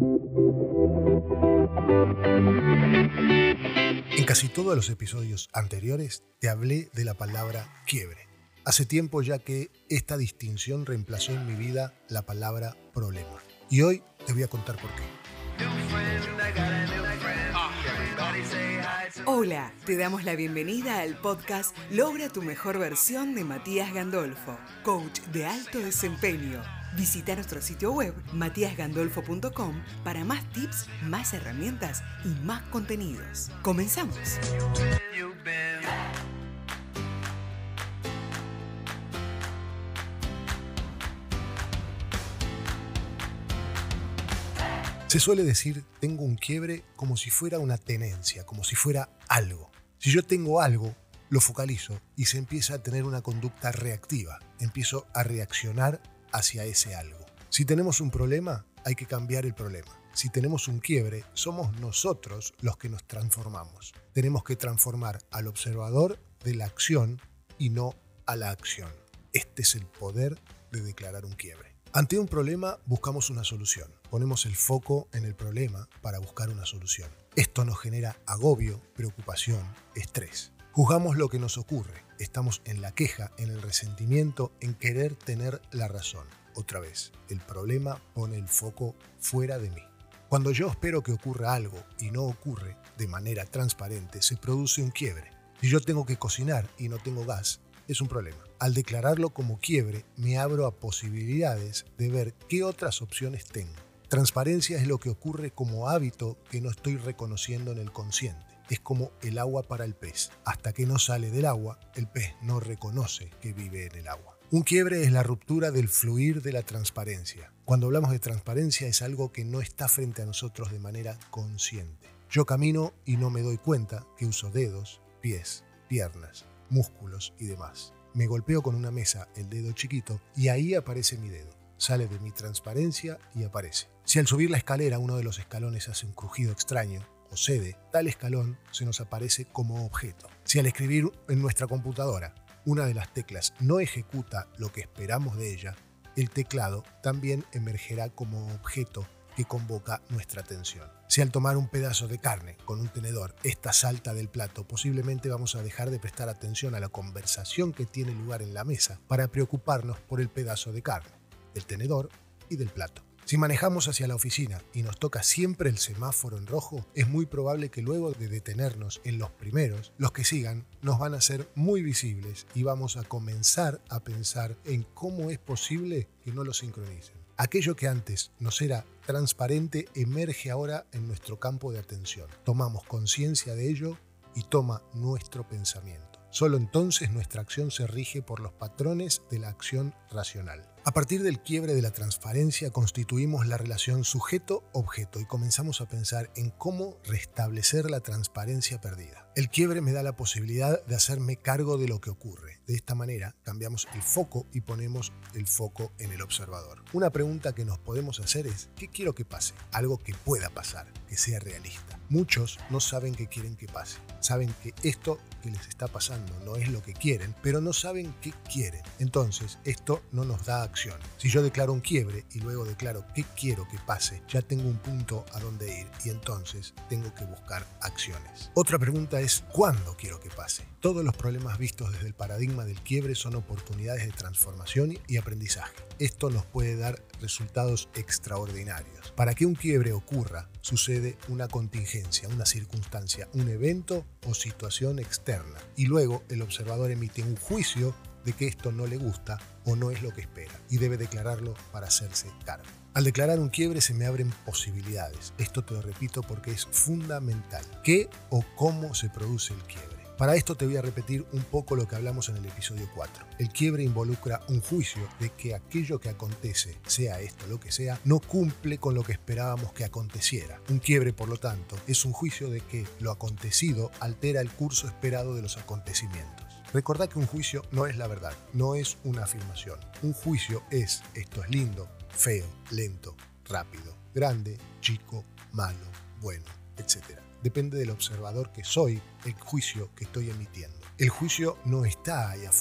En casi todos los episodios anteriores te hablé de la palabra quiebre. Hace tiempo ya que esta distinción reemplazó en mi vida la palabra problema. Y hoy te voy a contar por qué. Hola, te damos la bienvenida al podcast Logra tu mejor versión de Matías Gandolfo, coach de alto desempeño. Visita nuestro sitio web matiasgandolfo.com para más tips, más herramientas y más contenidos. ¡Comenzamos! Se suele decir, tengo un quiebre como si fuera una tenencia, como si fuera algo. Si yo tengo algo, lo focalizo y se empieza a tener una conducta reactiva. Empiezo a reaccionar hacia ese algo. Si tenemos un problema, hay que cambiar el problema. Si tenemos un quiebre, somos nosotros los que nos transformamos. Tenemos que transformar al observador de la acción y no a la acción. Este es el poder de declarar un quiebre. Ante un problema buscamos una solución. Ponemos el foco en el problema para buscar una solución. Esto nos genera agobio, preocupación, estrés. Juzgamos lo que nos ocurre. Estamos en la queja, en el resentimiento, en querer tener la razón. Otra vez, el problema pone el foco fuera de mí. Cuando yo espero que ocurra algo y no ocurre de manera transparente, se produce un quiebre. Si yo tengo que cocinar y no tengo gas, es un problema. Al declararlo como quiebre, me abro a posibilidades de ver qué otras opciones tengo. Transparencia es lo que ocurre como hábito que no estoy reconociendo en el consciente. Es como el agua para el pez. Hasta que no sale del agua, el pez no reconoce que vive en el agua. Un quiebre es la ruptura del fluir de la transparencia. Cuando hablamos de transparencia es algo que no está frente a nosotros de manera consciente. Yo camino y no me doy cuenta que uso dedos, pies, piernas, músculos y demás. Me golpeo con una mesa el dedo chiquito y ahí aparece mi dedo. Sale de mi transparencia y aparece. Si al subir la escalera uno de los escalones hace un crujido extraño o cede, tal escalón se nos aparece como objeto. Si al escribir en nuestra computadora una de las teclas no ejecuta lo que esperamos de ella, el teclado también emergerá como objeto que convoca nuestra atención. Si al tomar un pedazo de carne con un tenedor, esta salta del plato, posiblemente vamos a dejar de prestar atención a la conversación que tiene lugar en la mesa para preocuparnos por el pedazo de carne, del tenedor y del plato. Si manejamos hacia la oficina y nos toca siempre el semáforo en rojo, es muy probable que luego de detenernos en los primeros, los que sigan nos van a ser muy visibles y vamos a comenzar a pensar en cómo es posible que no lo sincronicen. Aquello que antes nos era transparente emerge ahora en nuestro campo de atención. Tomamos conciencia de ello y toma nuestro pensamiento. Solo entonces nuestra acción se rige por los patrones de la acción racional. A partir del quiebre de la transparencia constituimos la relación sujeto-objeto y comenzamos a pensar en cómo restablecer la transparencia perdida. El quiebre me da la posibilidad de hacerme cargo de lo que ocurre. De esta manera cambiamos el foco y ponemos el foco en el observador. Una pregunta que nos podemos hacer es, ¿qué quiero que pase? Algo que pueda pasar, que sea realista. Muchos no saben qué quieren que pase. Saben que esto que les está pasando no es lo que quieren, pero no saben qué quieren. Entonces, esto no nos da acción. Si yo declaro un quiebre y luego declaro qué quiero que pase, ya tengo un punto a donde ir y entonces tengo que buscar acciones. Otra pregunta es, ¿cuándo quiero que pase? Todos los problemas vistos desde el paradigma del quiebre son oportunidades de transformación y aprendizaje. Esto nos puede dar resultados extraordinarios. Para que un quiebre ocurra, sucede una contingencia, una circunstancia, un evento o situación externa. Y luego el observador emite un juicio de que esto no le gusta o no es lo que espera y debe declararlo para hacerse cargo. Al declarar un quiebre se me abren posibilidades. Esto te lo repito porque es fundamental. ¿Qué o cómo se produce el quiebre? Para esto te voy a repetir un poco lo que hablamos en el episodio 4. El quiebre involucra un juicio de que aquello que acontece, sea esto lo que sea, no cumple con lo que esperábamos que aconteciera. Un quiebre, por lo tanto, es un juicio de que lo acontecido altera el curso esperado de los acontecimientos. Recordá que un juicio no es la verdad, no es una afirmación. Un juicio es, esto es lindo, feo, lento, rápido, grande, chico, malo, bueno, etc. Depende del observador que soy, el juicio que estoy emitiendo. El juicio no está ahí afuera,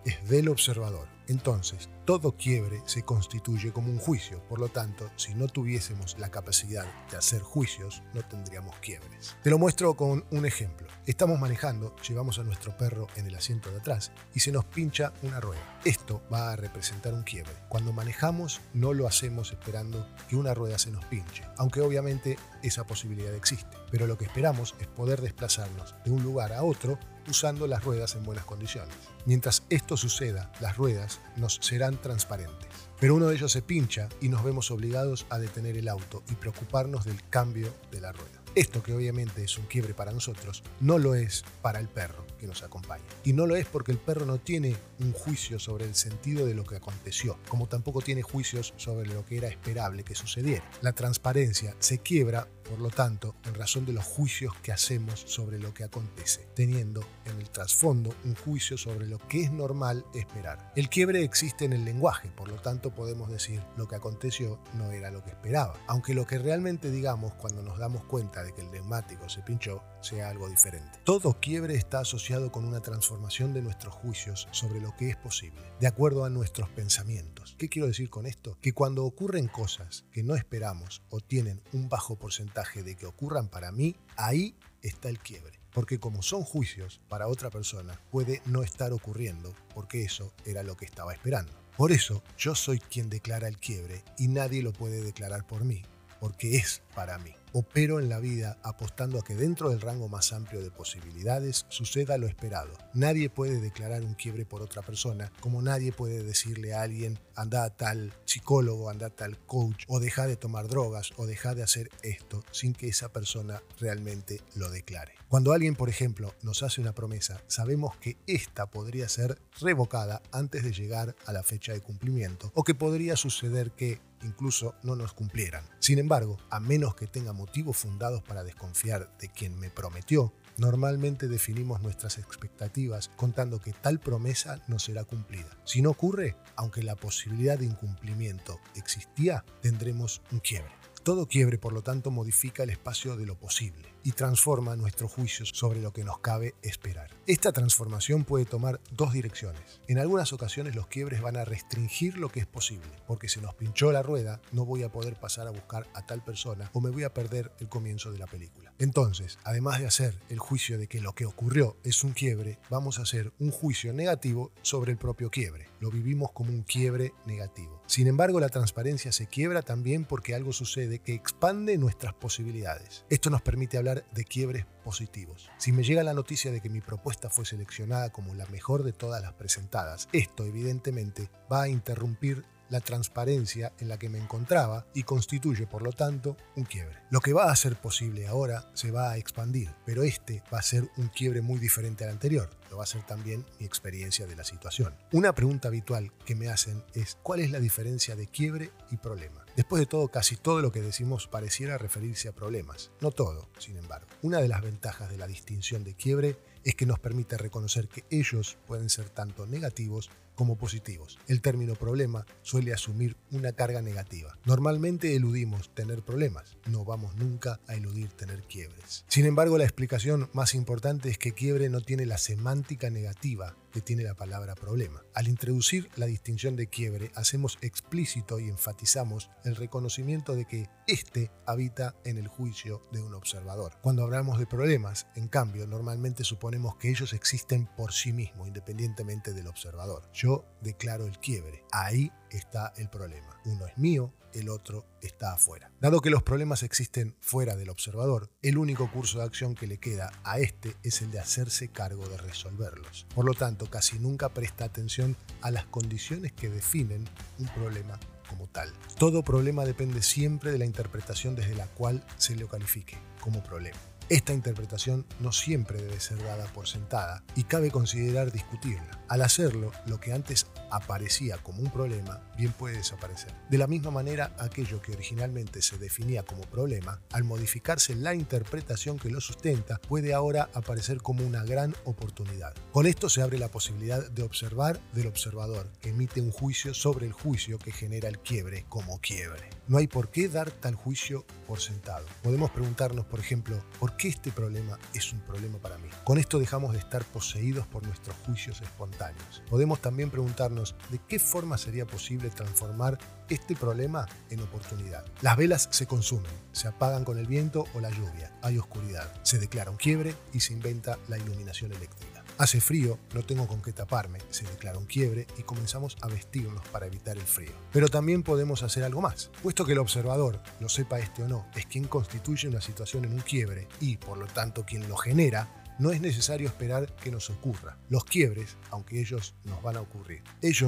es del observador. Entonces, todo quiebre se constituye como un juicio. Por lo tanto, si no tuviésemos la capacidad de hacer juicios, no tendríamos quiebres. Te lo muestro con un ejemplo. Estamos manejando, llevamos a nuestro perro en el asiento de atrás y se nos pincha una rueda. Esto va a representar un quiebre. Cuando manejamos, no lo hacemos esperando que una rueda se nos pinche, aunque obviamente esa posibilidad existe. Pero lo que esperamos es poder desplazarnos de un lugar a otro usando las ruedas en buenas condiciones. Mientras esto suceda, las ruedas nos serán transparentes. Pero uno de ellos se pincha y nos vemos obligados a detener el auto y preocuparnos del cambio de la rueda. Esto, que obviamente es un quiebre para nosotros, no lo es para el perro que nos acompaña. Y no lo es porque el perro no tiene un juicio sobre el sentido de lo que aconteció, como tampoco tiene juicios sobre lo que era esperable que sucediera. La transparencia se quiebra, por lo tanto, en razón de los juicios que hacemos sobre lo que acontece, teniendo en el trasfondo un juicio sobre lo que es normal esperar. El quiebre existe en el lenguaje, por lo tanto podemos decir lo que aconteció no era lo que esperaba, aunque lo que realmente digamos cuando nos damos cuenta de que el neumático se pinchó sea algo diferente. Todo quiebre está asociado con una transformación de nuestros juicios sobre lo que es posible, de acuerdo a nuestros pensamientos. ¿Qué quiero decir con esto? Que cuando ocurren cosas que no esperamos o tienen un bajo porcentaje de que ocurran para mí, ahí está el quiebre. Porque como son juicios, para otra persona puede no estar ocurriendo, porque eso era lo que estaba esperando. Por eso, yo soy quien declara el quiebre y nadie lo puede declarar por mí, porque es para mí. Opero en la vida apostando a que dentro del rango más amplio de posibilidades suceda lo esperado. Nadie puede declarar un quiebre por otra persona, como nadie puede decirle a alguien anda a tal psicólogo, anda a tal coach, o deja de tomar drogas, o deja de hacer esto, sin que esa persona realmente lo declare. Cuando alguien, por ejemplo, nos hace una promesa, sabemos que esta podría ser revocada antes de llegar a la fecha de cumplimiento, o que podría suceder que incluso no nos cumplieran. Sin embargo, a menos que tenga motivos fundados para desconfiar de quien me prometió, normalmente definimos nuestras expectativas contando que tal promesa no será cumplida. Si no ocurre, aunque la posibilidad de incumplimiento existía, tendremos un quiebre. Todo quiebre, por lo tanto, modifica el espacio de lo posible y transforma nuestros juicios sobre lo que nos cabe esperar. Esta transformación puede tomar dos direcciones. En algunas ocasiones los quiebres van a restringir lo que es posible, porque se nos pinchó la rueda, no voy a poder pasar a buscar a tal persona o me voy a perder el comienzo de la película. Entonces, además de hacer el juicio de que lo que ocurrió es un quiebre, vamos a hacer un juicio negativo sobre el propio quiebre. Lo vivimos como un quiebre negativo. Sin embargo, la transparencia se quiebra también porque algo sucede que expande nuestras posibilidades. Esto nos permite hablar de quiebres positivos. Si me llega la noticia de que mi propuesta fue seleccionada como la mejor de todas las presentadas, esto evidentemente va a interrumpir la transparencia en la que me encontraba y constituye, por lo tanto, un quiebre. Lo que va a ser posible ahora se va a expandir, pero este va a ser un quiebre muy diferente al anterior. Lo va a ser también mi experiencia de la situación. Una pregunta habitual que me hacen es ¿cuál es la diferencia de quiebre y problema? Después de todo, casi todo lo que decimos pareciera referirse a problemas. No todo, sin embargo. Una de las ventajas de la distinción de quiebre es que nos permite reconocer que ellos pueden ser tanto negativos como positivos. El término problema suele asumir una carga negativa. Normalmente eludimos tener problemas, no vamos nunca a eludir tener quiebres. Sin embargo, la explicación más importante es que quiebre no tiene la semántica negativa que tiene la palabra problema. Al introducir la distinción de quiebre, hacemos explícito y enfatizamos el reconocimiento de que éste habita en el juicio de un observador. Cuando hablamos de problemas, en cambio, normalmente suponemos que ellos existen por sí mismos, independientemente del observador. Yo declaro el quiebre. Ahí está el problema. Uno es mío, el otro está afuera. Dado que los problemas existen fuera del observador, el único curso de acción que le queda a este es el de hacerse cargo de resolverlos. Por lo tanto, casi nunca presta atención a las condiciones que definen un problema como tal. Todo problema depende siempre de la interpretación desde la cual se lo califique como problema. Esta interpretación no siempre debe ser dada por sentada y cabe considerar discutirla. Al hacerlo, lo que antes aparecía como un problema bien puede desaparecer. De la misma manera, aquello que originalmente se definía como problema, al modificarse la interpretación que lo sustenta, puede ahora aparecer como una gran oportunidad. Con esto se abre la posibilidad de observar del observador, que emite un juicio sobre el juicio que genera el quiebre como quiebre. No hay por qué dar tal juicio por sentado. Podemos preguntarnos, por ejemplo, ¿por ¿Por qué este problema es un problema para mí? Con esto dejamos de estar poseídos por nuestros juicios espontáneos. Podemos también preguntarnos de qué forma sería posible transformar este problema en oportunidad. Las velas se consumen, se apagan con el viento o la lluvia, hay oscuridad, se declara un quiebre y se inventa la iluminación eléctrica. Hace frío, no tengo con qué taparme, se declara un quiebre y comenzamos a vestirnos para evitar el frío. Pero también podemos hacer algo más. Puesto que el observador, lo sepa este o no, es quien constituye una situación en un quiebre y, por lo tanto, quien lo genera, no es necesario esperar que nos ocurra. Los quiebres, aunque ellos nos van a ocurrir,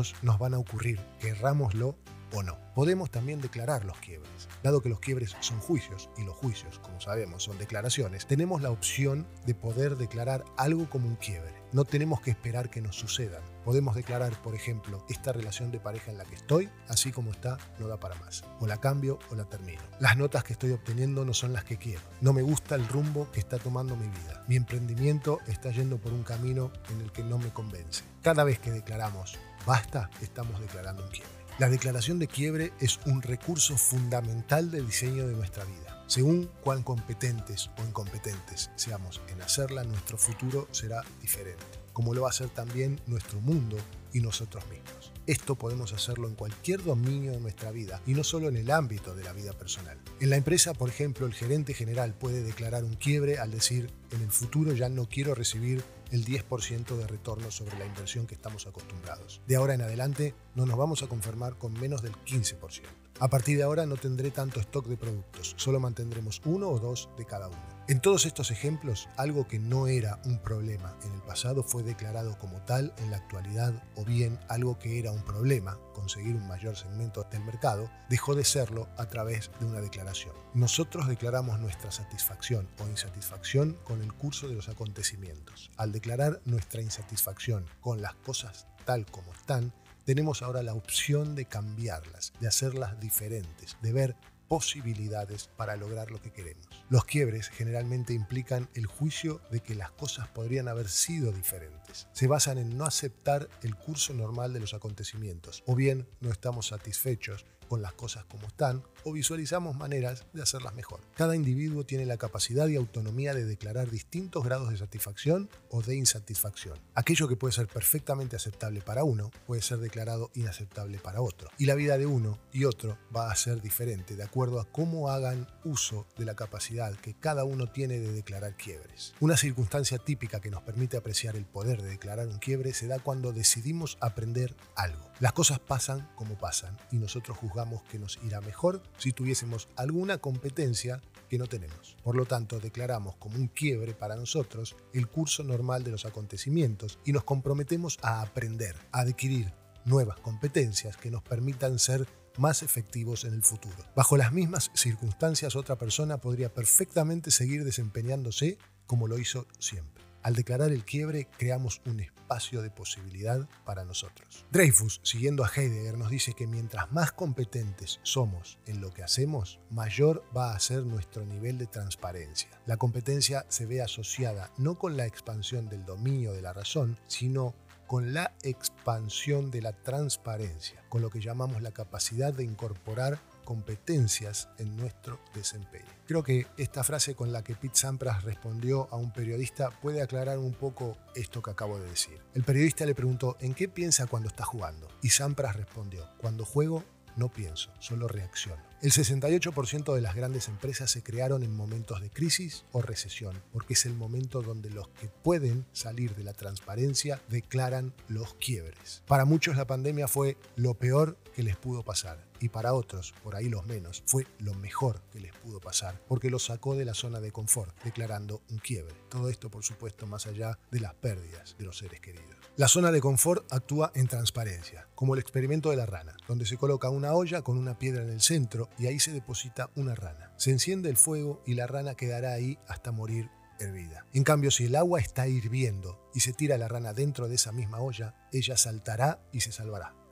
querrámoslo o no. Podemos también declarar los quiebres. Dado que los quiebres son juicios y los juicios, como sabemos, son declaraciones, tenemos la opción de poder declarar algo como un quiebre. No tenemos que esperar que nos sucedan. Podemos declarar, por ejemplo, esta relación de pareja en la que estoy, así como está, no da para más. O la cambio o la termino. Las notas que estoy obteniendo no son las que quiero. No me gusta el rumbo que está tomando mi vida. Mi emprendimiento está yendo por un camino en el que no me convence. Cada vez que declaramos basta, estamos declarando un quiebre. La declaración de quiebre es un recurso fundamental del diseño de nuestra vida. Según cuán competentes o incompetentes seamos en hacerla, nuestro futuro será diferente, como lo va a ser también nuestro mundo y nosotros mismos. Esto podemos hacerlo en cualquier dominio de nuestra vida y no solo en el ámbito de la vida personal. En la empresa, por ejemplo, el gerente general puede declarar un quiebre al decir: en el futuro ya no quiero recibir el 10% de retorno sobre la inversión que estamos acostumbrados. De ahora en adelante no nos vamos a conformar con menos del 15%. A partir de ahora no tendré tanto stock de productos, solo mantendremos 1 o 2 de cada uno. En todos estos ejemplos, algo que no era un problema en el pasado fue declarado como tal en la actualidad, o bien algo que era un problema, conseguir un mayor segmento del mercado, dejó de serlo a través de una declaración. Nosotros declaramos nuestra satisfacción o insatisfacción con el curso de los acontecimientos. Al declarar nuestra insatisfacción con las cosas tal como están, tenemos ahora la opción de cambiarlas, de hacerlas diferentes, de ver posibilidades para lograr lo que queremos. Los quiebres generalmente implican el juicio de que las cosas podrían haber sido diferentes. Se basan en no aceptar el curso normal de los acontecimientos, o bien no estamos satisfechos con las cosas como están, o visualizamos maneras de hacerlas mejor. Cada individuo tiene la capacidad y autonomía de declarar distintos grados de satisfacción o de insatisfacción. Aquello que puede ser perfectamente aceptable para uno puede ser declarado inaceptable para otro. Y la vida de uno y otro va a ser diferente de acuerdo a cómo hagan uso de la capacidad que cada uno tiene de declarar quiebres. Una circunstancia típica que nos permite apreciar el poder de declarar un quiebre se da cuando decidimos aprender algo. Las cosas pasan como pasan y nosotros juzgamos que nos irá mejor si tuviésemos alguna competencia que no tenemos. Por lo tanto, declaramos como un quiebre para nosotros el curso normal de los acontecimientos y nos comprometemos a aprender, a adquirir nuevas competencias que nos permitan ser más efectivos en el futuro. Bajo las mismas circunstancias, otra persona podría perfectamente seguir desempeñándose como lo hizo siempre. Al declarar el quiebre, creamos un espacio de posibilidad para nosotros. Dreyfus, siguiendo a Heidegger, nos dice que mientras más competentes somos en lo que hacemos, mayor va a ser nuestro nivel de transparencia. La competencia se ve asociada no con la expansión del dominio de la razón, sino con la expansión de la transparencia, con lo que llamamos la capacidad de incorporar competencias en nuestro desempeño. Creo que esta frase con la que Pete Sampras respondió a un periodista puede aclarar un poco esto que acabo de decir. El periodista le preguntó ¿en qué piensa cuando está jugando? Y Sampras respondió: cuando juego no pienso, solo reacciono. El 68% de las grandes empresas se crearon en momentos de crisis o recesión, porque es el momento donde los que pueden salir de la transparencia declaran los quiebres. Para muchos la pandemia fue lo peor que les pudo pasar, y para otros, por ahí los menos, fue lo mejor que les pudo pasar, porque los sacó de la zona de confort, declarando un quiebre. Todo esto, por supuesto, más allá de las pérdidas de los seres queridos. La zona de confort actúa en transparencia, como el experimento de la rana, donde se coloca una olla con una piedra en el centro y ahí se deposita una rana. Se enciende el fuego y la rana quedará ahí hasta morir hervida. En cambio, si el agua está hirviendo y se tira la rana dentro de esa misma olla, ella saltará y se salvará.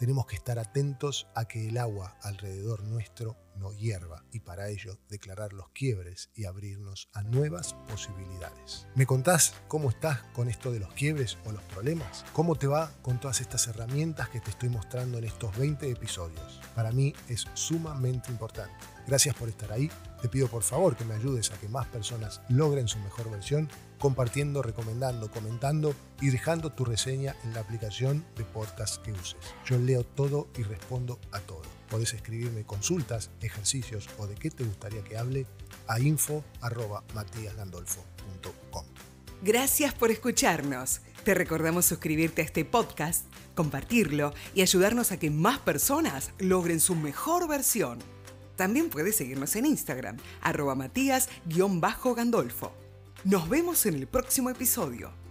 Tenemos que estar atentos a que el agua alrededor nuestro no hierva y para ello declarar los quiebres y abrirnos a nuevas posibilidades. ¿Me contás cómo estás con esto de los quiebres o los problemas? ¿Cómo te va con todas estas herramientas que te estoy mostrando en estos 20 episodios? Para mí es sumamente importante. Gracias por estar ahí. Te pido por favor que me ayudes a que más personas logren su mejor versión, compartiendo, recomendando, comentando y dejando tu reseña en la aplicación de podcast que uses. Yo leo todo y respondo a todo. Podés escribirme consultas, ejercicios o de qué te gustaría que hable a info@matiasgandolfo.com. Gracias por escucharnos. Te recordamos suscribirte a este podcast, compartirlo y ayudarnos a que más personas logren su mejor versión. También puedes seguirnos en Instagram, @Matías_Gandolfo. Nos vemos en el próximo episodio.